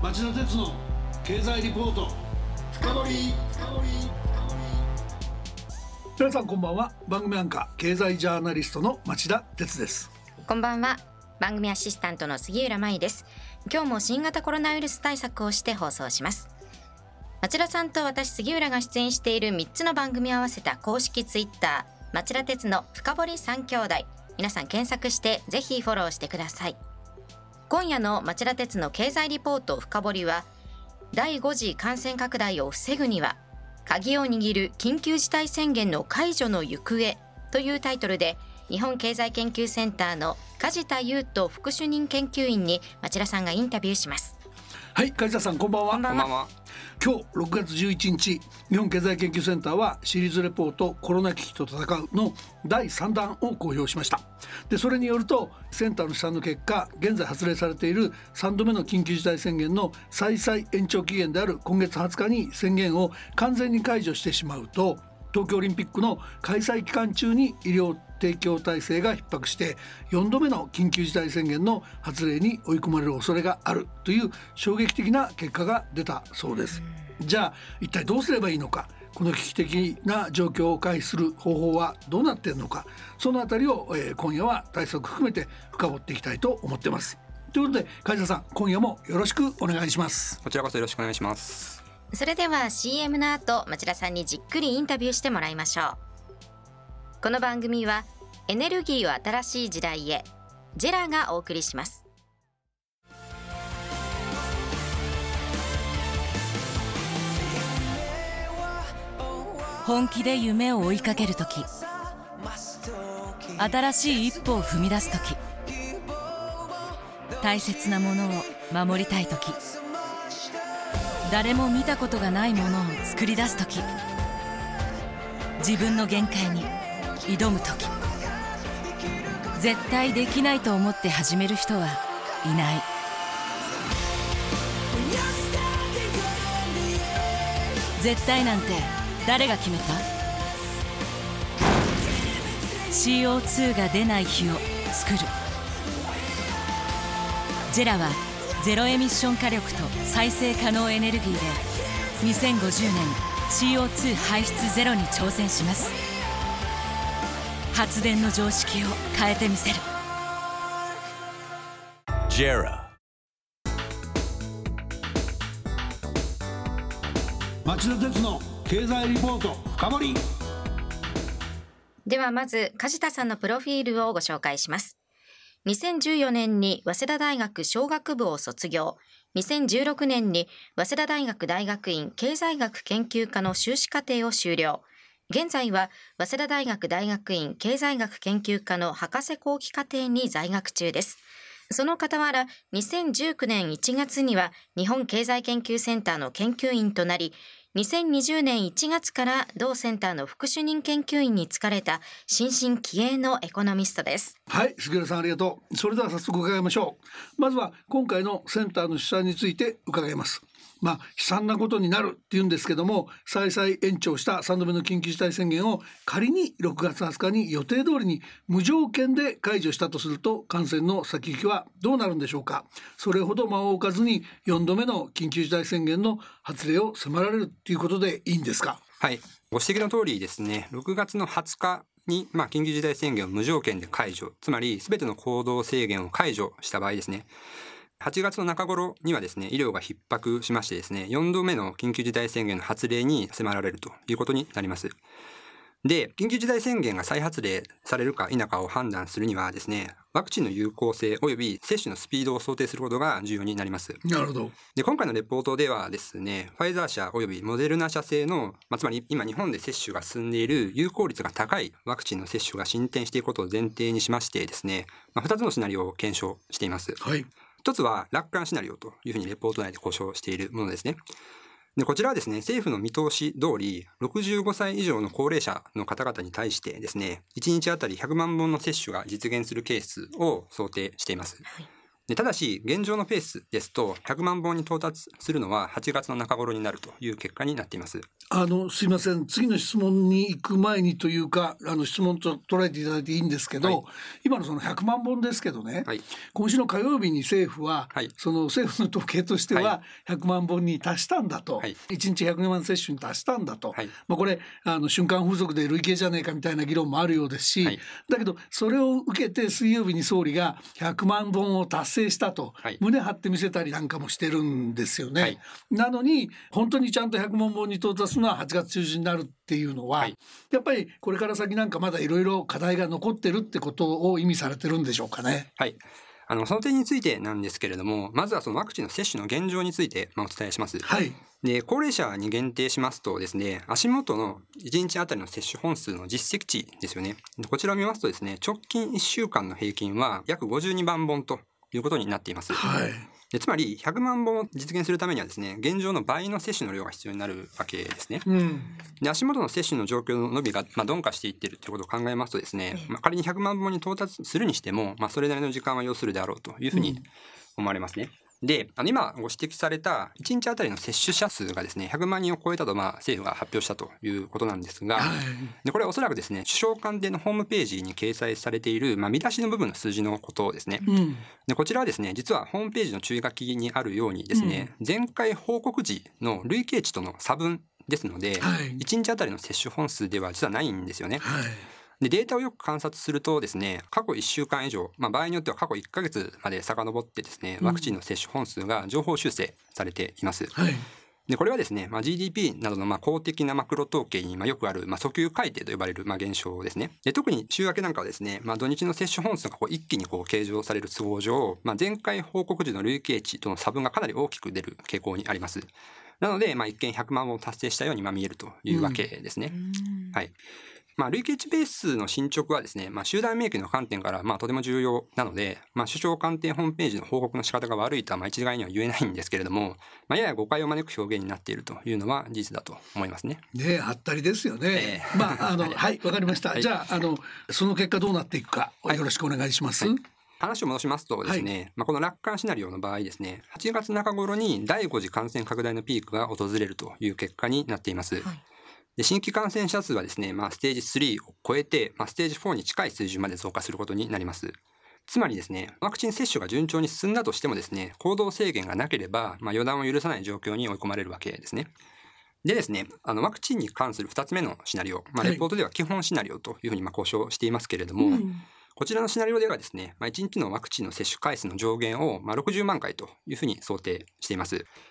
町田鉄の経済リポート深掘り。皆さんこんばんは。番組アンカー経済ジャーナリストの町田鉄です。 こんばんは。番組アシスタントの杉浦舞です。今日も新型コロナウイルス対策をして放送します。町田さんと私杉浦が出演している3つの番組を合わせた公式ツイッター町田鉄の深掘り3兄弟、皆さん検索してぜひフォローしてください。今夜の町田鉄の経済リポート深掘りは、第5次感染拡大を防ぐには鍵を握る緊急事態宣言の解除の行方というタイトルで、日本経済研究センターの梶田裕人副主任研究員に町田さんがインタビューします。 はい、梶田さんこんばんは。 こんばんは。 今日6月11日、日本経済研究センターはシリーズレポートコロナ危機と戦うの第3弾を公表しました。でそれによると、センターの試算の結果、現在発令されている3度目の緊急事態宣言の再々延長期限である今月20日に宣言を完全に解除してしまうと、東京オリンピックの開催期間中に医療提供体制が逼迫して4度目の緊急事態宣言の発令に追い込まれる恐れがあるという衝撃的な結果が出たそうです。じゃあ一体どうすればいいのか、この危機的な状況を回避する方法はどうなっているのか、そのあたりを、今夜は対策含めて深掘っていきたいと思ってます。ということで梶田さん、今夜もよろしくお願いします。 こちらこそよろしくお願いします。 それでは CM の後、町田さんにじっくりインタビューしてもらいましょう。この番組はエネルギーを新しい時代へ、ジェラがお送りします。 本気で夢を追いかけるとき、新しい一歩を踏み出すとき、大切なものを守りたいとき、誰も見たことがないものを作り出すとき、自分の限界に挑むとき、絶対できないと思って始める人はいない。絶対なんて誰が決めた？ CO2 が出ない日を作る。ジェラはゼロエミッション火力と再生可能エネルギーで2050年 CO2 排出ゼロに挑戦します。発電の常識を変えてみせる。 ジェラ。 町田鉄の経済リポート深掘り。 ではまず梶田さんのプロフィールをご紹介します。2014年に早稲田大学商学部を卒業。2016年に早稲田大学大学院経済学研究科の修士課程を修了。現在は早稲田大学大学院経済学研究科の博士後期課程に在学中です。その傍ら2019年1月には日本経済研究センターの研究員となり、2020年1月から同センターの副主任研究員に就かれた新進気鋭のエコノミストです。 はい、杉浦さんありがとう。それでは早速伺いましょう。まずは今回のセンターの試算について伺います。悲惨なことになるっていうんですけども、再々延長した3度目の緊急事態宣言を仮に6月20日に予定通りに無条件で解除したとすると、感染の先行きはどうなるんでしょうか。それほど間を置かずに4度目の緊急事態宣言の発令を迫られるということでいいんですか。 はい、ご指摘の通りですね、6月の20日に緊急事態宣言を無条件で解除、つまり全ての行動制限を解除した場合ですね、8月の中頃にはですね、医療が逼迫しましてですね、4度目の緊急事態宣言の発令に迫られるということになります。で、緊急事態宣言が再発令されるか否かを判断するにはですね、ワクチンの有効性及び接種のスピードを想定することが重要になります。 なるほど。 で、今回のレポートではですね、ファイザー社及びモデルナ社製の、つまり今日本で接種が進んでいる有効率が高いワクチンの接種が進展していることを前提にしましてですね、2つのシナリオを検証しています。 はい。 一つは楽観シナリオというふうにレポート内で呼称しているものですね。で、こちらはですね、政府の見通し通り、65歳以上の高齢者の方々に対してですね、1日あたり100万本の接種が実現するケースを想定しています。 でただし現状のペースですと100万本に到達するのは8月の中頃になるという結果になっています。 すいません、次の質問に行く前にというか質問と捉えていただいていいんですけど、今のその100万本ですけどね、今週の火曜日に政府は、その政府の統計としては100万本に達したんだと、1日100万接種に達したんだと、これ瞬間風速で累計じゃねえかみたいな議論もあるようですし、だけどそれを受けて水曜日に総理が100万本を達成したと、胸張って見せたりなんかもしてるんですよね。なのに本当にちゃんと100万本に到達するのは8月中旬になるっていうのは、やっぱりこれから先なんかまだいろいろ課題が残ってるってことを意味されてるんでしょうかね。 その点についてなんですけれども、まずはそのワクチンの接種の現状についてお伝えします。で高齢者に限定しますとですね、足元の1日あたりの接種本数の実績値ですよね。こちらを見ますとですね、直近1週間の平均は約52万本ということになっています。でつまり100万本を実現するためにはですね、現状の倍の接種の量が必要になるわけですね。で足元の接種の状況の伸びが鈍化していっているということを考えますとですね、仮に100万本に到達するにしても、それなりの時間は要するであろうというふうに思われますね。で今ご指摘された1日あたりの接種者数がですね100万人を超えたと政府が発表したということなんですが、でこれはおそらくですね首相官邸のホームページに掲載されている、見出しの部分の数字のことですね。でこちらはですね実はホームページの注意書きにあるようにですね、前回報告時の累計値との差分ですので、1日あたりの接種本数では実はないんですよね。でデータをよく観察するとですね、過去1週間以上、場合によっては過去1ヶ月まで遡ってですね、ワクチンの接種本数が上方修正されています。でこれはですね、GDP などの公的なマクロ統計によくある訴求改定と呼ばれる現象ですね。で特に週明けなんかはですね、土日の接種本数が一気に計上される都合上、前回報告時の累計値との差分がかなり大きく出る傾向にあります。なので、一見100万本を達成したように見えるというわけですね。累計値ベースの進捗はですね、集団免疫の観点からとても重要なので、首相官邸ホームページの報告の仕方が悪いとは一概には言えないんですけれども、やや誤解を招く表現になっているというのは事実だと思いますね。 はったりですよね。わかりました。じゃあその結果どうなっていくか、よろしくお願いします。 話を戻しますとですね、この楽観シナリオの場合ですね、8月中頃に第5次感染拡大のピークが訪れるという結果になっています。で新規感染者数はですね、ステージ3を超えて、ステージ4に近い水準まで増加することになります。つまりですね、ワクチン接種が順調に進んだとしてもですね、行動制限がなければ、予断を許さない状況に追い込まれるわけですね。でですね、ワクチンに関する2つ目のシナリオ、レポートでは基本シナリオというふうに交渉していますけれども、こちらのシナリオではですね、1日のワクチンの接種回数の上限を60万回というふうに想定しています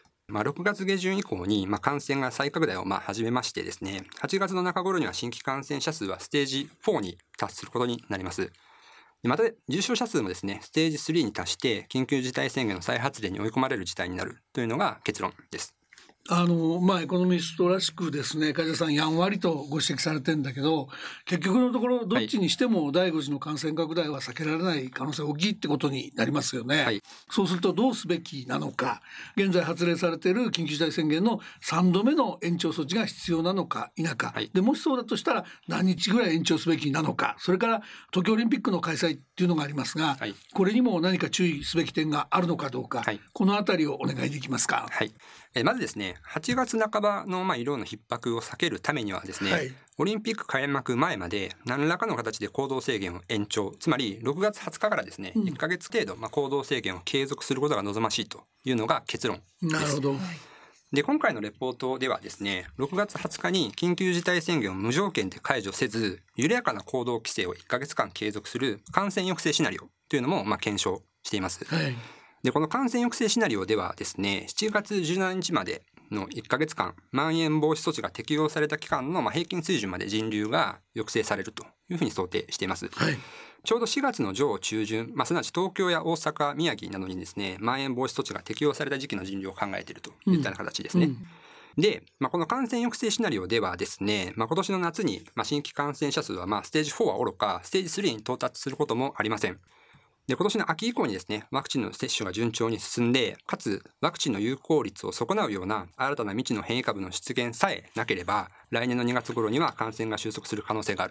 。6月下旬以降に感染が再拡大を始めましてですね、8月の中頃には新規感染者数はステージ4に達することになります。また重症者数もですね、ステージ3に達して緊急事態宣言の再発令に追い込まれる事態になるというのが結論です。 エコノミストらしくですね、梶田さんやんわりとご指摘されてるんだけど、結局のところどっちにしても第5次の感染拡大は避けられない可能性大きいってことになりますよね。そうするとどうすべきなのか、現在発令されている緊急事態宣言の3度目の延長措置が必要なのか否か、でもしそうだとしたら何日ぐらい延長すべきなのか、それから東京オリンピックの開催っていうのがありますが、これにも何か注意すべき点があるのかどうか、このあたりをお願いできますか。 まずですね、8月半ばの医療の逼迫を避けるためにはですね、オリンピック開幕前まで何らかの形で行動制限を延長、つまり6月20日からですね、1ヶ月程度行動制限を継続することが望ましいというのが結論です。 なるほど。 で今回のレポートではですね、6月20日に緊急事態宣言を無条件で解除せず、緩やかな行動規制を1ヶ月間継続する感染抑制シナリオというのも検証しています。でこの感染抑制シナリオではですね、7月17日までの1ヶ月間、まん延防止措置が適用された期間の平均水準まで人流が抑制されるというふうに想定しています。ちょうど4月の上中旬、すなわち東京や大阪、宮城などにですね、まん延防止措置が適用された時期の人流を考えているといったような形ですね。で、この感染抑制シナリオではですね、今年の夏に新規感染者数はステージ4はおろか、ステージ3に到達することもありません。で今年の秋以降にですね、ワクチンの接種が順調に進んで、かつワクチンの有効率を損なうような新たな未知の変異株の出現さえなければ、来年の2月頃には感染が収束する可能性があると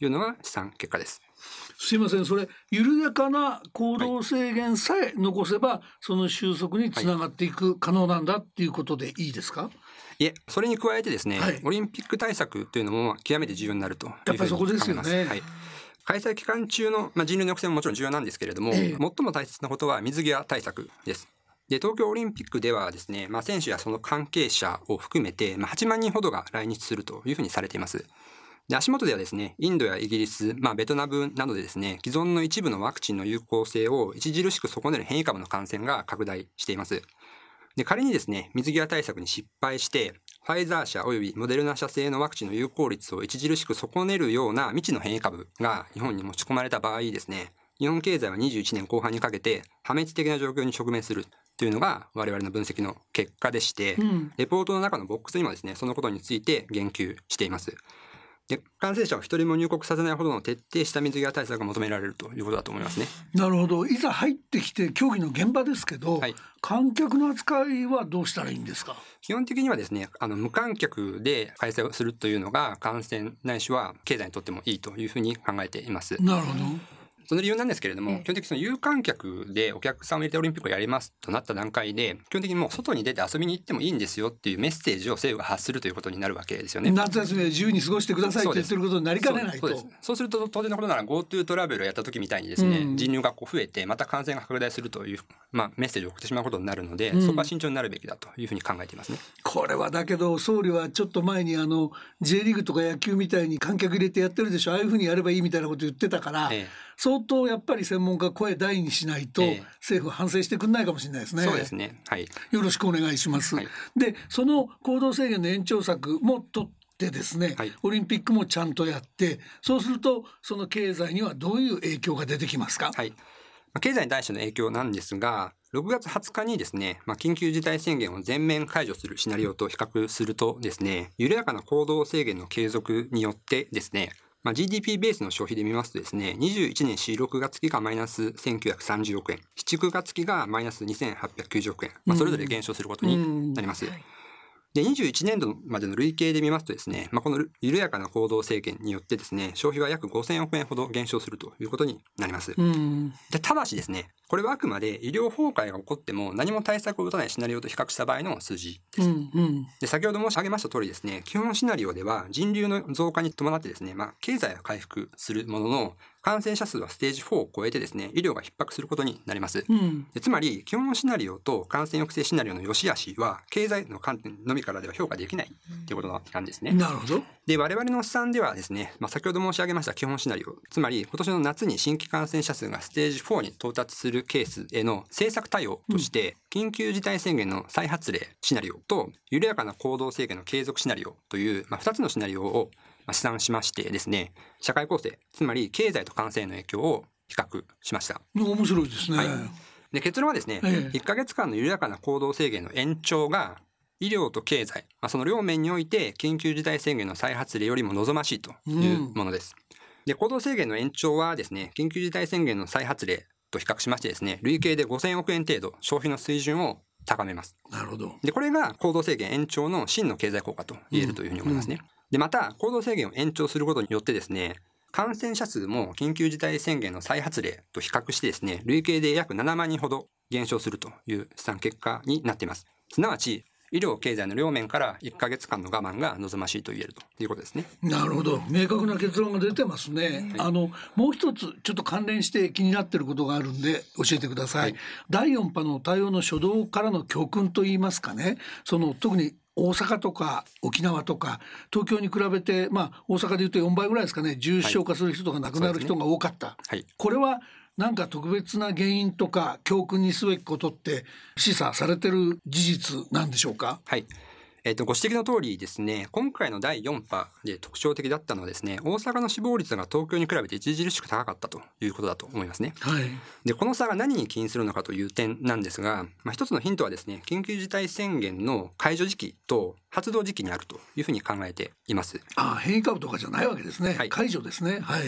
いうのが試算結果です。 すいません、それ緩やかな行動制限さえ残せば、その収束につながっていく可能なんだっていうことでいいですか？ いえ、それに加えてですね、 はい、 オリンピック対策というのも極めて重要になるというふうに考えます。 やっぱりそこですよね。 はい、開催期間中の、人流の抑制ももちろん重要なんですけれども、最も大切なことは水際対策です。で、東京オリンピックではですね、選手やその関係者を含めて、8万人ほどが来日するというふうにされています。で、足元ではですね、インドやイギリス、ベトナムなどでですね、既存の一部のワクチンの有効性を著しく損ねる変異株の感染が拡大しています。で、仮にですね、水際対策に失敗して、ファイザー社およびモデルナ社製のワクチンの有効率を著しく損ねるような未知の変異株が日本に持ち込まれた場合ですね、日本経済は21年後半にかけて破滅的な状況に直面するというのが我々の分析の結果でして、レポートの中のボックスにもですね、そのことについて言及しています。で、感染者を一人も入国させないほどの徹底した水際対策が求められるということだと思いますね。 なるほど。いざ入ってきて競技の現場ですけど、 はい、 観客の扱いはどうしたらいいんですか？ 基本的にはですね、無観客で開催をするというのが感染ないしは経済にとってもいいというふうに考えています。 なるほど。 その理由なんですけれども、基本的にその有観客でお客さんを入れてオリンピックをやりますとなった段階で、基本的にもう外に出て遊びに行ってもいいんですよっていうメッセージを政府が発するということになるわけですよね。 夏休みで自由に過ごしてくださいって言ってることになりかねないと。 そうすると当然のことなら GoTo トラベルをやった時みたいにですね、人流が増えてまた感染が拡大するという、メッセージを送ってしまうことになるので、そこは慎重になるべきだというふうに考えていますね。 これはだけど総理はちょっと前にJ リーグとか野球みたいに観客入れてやってるでしょ、ああいうふうにやればいいみたいなこと言ってたから、相当やっぱり専門家声大にしないと政府は反省してくんないかもしれないですね。 そうですね、はい、 よろしくお願いします、はい、でその行動制限の延長策も取ってですね、はい、オリンピックもちゃんとやって、そうするとその経済にはどういう影響が出てきますか？ はい、経済に対しての影響なんですが、6月20日にですね、緊急事態宣言を全面解除するシナリオと比較するとですね、緩やかな行動制限の継続によってですね、GDP ベースの消費で見ますとですね、21年4、6月期がマイナス1930億円、7、9月期がマイナス2890億円、それぞれ減少することになります。で、21年度までの累計で見ますとですね、この緩やかな行動制限によってですね、消費は約5000億円ほど減少するということになります。で、ただしですね、これはあくまで医療崩壊が起こっても何も対策を打たないシナリオと比較した場合の数字です。で、先ほど申し上げました通りですね、基本シナリオでは人流の増加に伴ってですね、経済は回復するものの、感染者数はステージ4を超えてですね、医療が逼迫することになります。で、つまり基本シナリオと感染抑制シナリオの良し悪しは経済の観点のみからでは評価できないということなんですね。 なるほど。 で、我々の試算ではですね、先ほど申し上げました基本シナリオ、つまり今年の夏に新規感染者数がステージ4に到達するケースへの政策対応として、緊急事態宣言の再発令シナリオと緩やかな行動制限の継続シナリオという、2つのシナリオを試算しましてですね、社会構成、つまり経済と感染の影響を比較しました。 面白いですね。 で、結論はですね、1ヶ月間の緩やかな行動制限の延長が医療と経済、その両面において緊急事態宣言の再発令よりも望ましいというものです。で、行動制限の延長はですね、緊急事態宣言の再発令と比較しましてですね、累計で5000億円程度消費の水準を高めます。 なるほど。 で、これが行動制限延長の真の経済効果と言えるというふうに思いますね。で、また行動制限を延長することによってですね、感染者数も緊急事態宣言の再発令と比較してですね、累計で約7万人ほど減少するという試算結果になっています。すなわち医療経済の両面から1ヶ月間の我慢が望ましいと言えるということですね。 なるほど、明確な結論が出てますね。もう一つちょっと関連して気になっていることがあるんで教えてください。第4波の対応の初動からの教訓といいますかね、特に大阪とか沖縄とか東京に比べて、大阪でいうと4倍ぐらいですかね、重症化する人とか亡くなる人が多かった、これはなんか特別な原因とか教訓にすべきことって示唆されてる事実なんでしょうか？ はい、ご指摘の通りですね、今回の第4波で特徴的だったのはですね、大阪の死亡率が東京に比べて著しく高かったということだと思いますね。で、この差が何に起因するのかという点なんですが、一つのヒントはですね、緊急事態宣言の解除時期と発動時期にあるというふうに考えています。 変異株とかじゃないわけですね。解除ですね。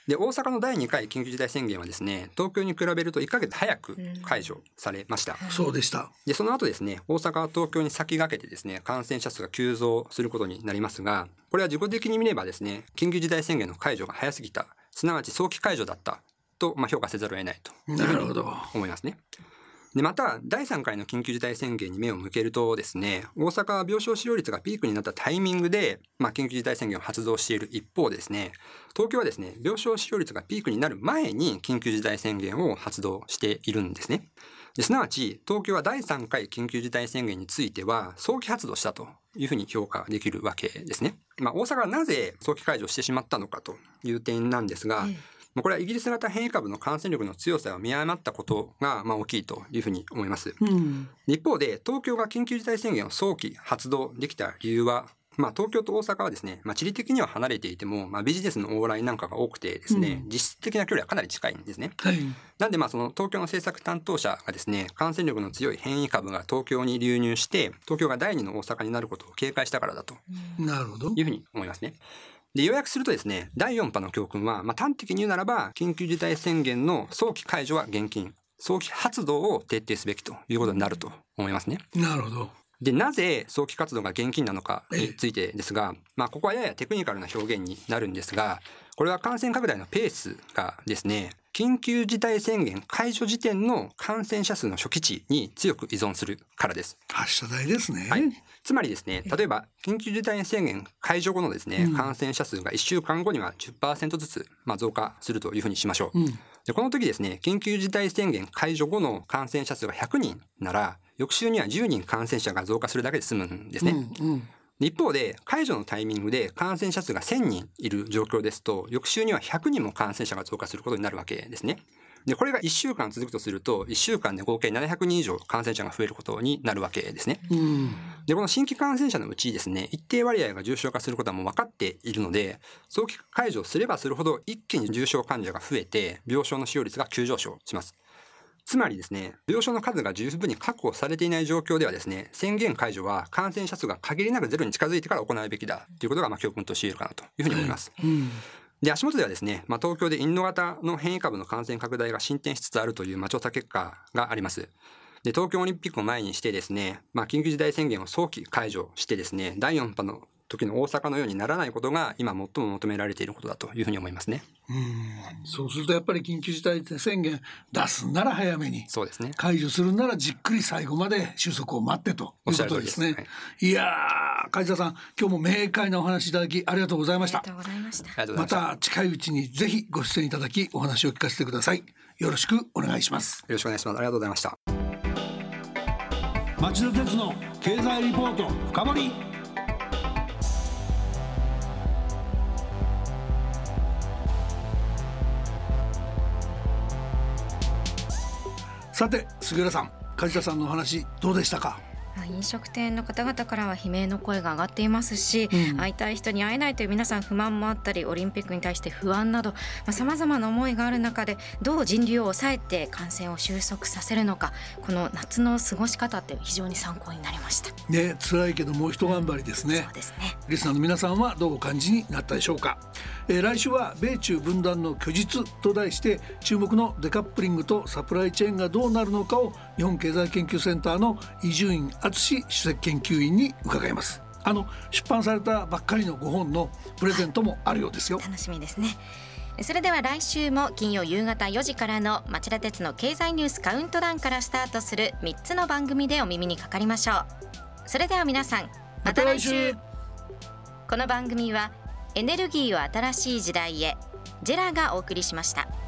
で、大阪の第2回緊急事態宣言はですね、東京に比べると1ヶ月早く解除されました。 そうでした。 で、その後ですね、大阪は東京に先駆けてですね、感染者数が急増することになりますが、これは自己的に見ればですね、緊急事態宣言の解除が早すぎた、すなわち早期解除だったと、評価せざるを得ないというふうに思いますね。で、また第3回の緊急事態宣言に目を向けるとですね、大阪は病床使用率がピークになったタイミングで、緊急事態宣言を発動している一方ですね、東京はですね、病床使用率がピークになる前に緊急事態宣言を発動しているんですね。ですなわち東京は第3回緊急事態宣言については早期発動したというふうに評価できるわけですね。大阪はなぜ早期解除してしまったのかという点なんですが、これはイギリス型変異株の感染力の強さを見誤ったことが大きいというふうに思います。一方で東京が緊急事態宣言を早期発動できた理由は、東京と大阪はですね、地理的には離れていても、ビジネスの往来なんかが多くてですね、実質的な距離はかなり近いんですね。なんでその東京の政策担当者がですね、感染力の強い変異株が東京に流入して東京が第2の大阪になることを警戒したからだというふうに思いますね。で、要約するとですね、第4波の教訓は、端的に言うならば緊急事態宣言の早期解除は厳禁、早期発動を徹底すべきということになると思いますね。 なるほど。 で、なぜ早期活動が厳禁なのかについてですが、ここはややテクニカルな表現になるんですが、これは感染拡大のペースがですね、緊急事態宣言解除時点の感染者数の初期値に強く依存するからです。 発射台ですね。 つまりですね、例えば緊急事態宣言解除後のですね、感染者数が1週間後には 10% ずつ増加するというふうにしましょう。で、この時ですね、緊急事態宣言解除後の感染者数が100人なら、翌週には10人感染者が増加するだけで済むんですね。一方で解除のタイミングで感染者数が1000人いる状況ですと、翌週には100人も感染者が増加することになるわけですね。で、これが1週間続くとすると、1週間で合計700人以上感染者が増えることになるわけですね。で、この新規感染者のうちですね、一定割合が重症化することはもう分かっているので、早期解除をすればするほど一気に重症患者が増えて、病床の使用率が急上昇します。つまりですね、病床の数が十分に確保されていない状況ではですね、宣言解除は感染者数が限りなくゼロに近づいてから行うべきだということが教訓として言えるかなというふうに思います。で、足元ではですね、東京でインド型の変異株の感染拡大が進展しつつあるという調査結果があります。で、東京オリンピックを前にしてですね、緊急事態宣言を早期解除してですね、第4波の時の大阪のようにならないことが今最も求められていることだというふうに思いますね。 そうするとやっぱり緊急事態宣言出すなら早めに、 そうですね、 解除するならじっくり最後まで収束を待ってということですね。いやー、梶田さん、今日も明快なお話いただきありがとうございました。また近いうちにぜひご出演いただきお話を聞かせてください。よろしくお願いします。 よろしくお願いします。ありがとうございました。 町田鉄の経済リポート深掘り。さて杉浦さん、梶田さんのお話どうでしたか？ 飲食店の方々からは悲鳴の声が上がっていますし、会いたい人に会えないという皆さん不満もあったり、オリンピックに対して不安などさまざまな思いがある中で、どう人流を抑えて感染を収束させるのか、この夏の過ごし方って非常に参考になりましたね。辛いけどもう一頑張りですね。 そうですね。 リスナーの皆さんはどうお感じになったでしょうか？来週は米中分断の虚実と題して注目のデカップリングとサプライチェーンがどうなるのかを日本経済研究センターの伊集院敦首席研究員に伺います。出版されたばっかりの5本のプレゼントもあるようですよ。 楽しみですね。それでは来週も金曜夕方4時からの町田鉄の経済ニュースカウントダウンからスタートする3つの番組でお耳にかかりましょう。それでは皆さん、また来週。この番組はエネルギーを新しい時代へ、ジェラがお送りしました。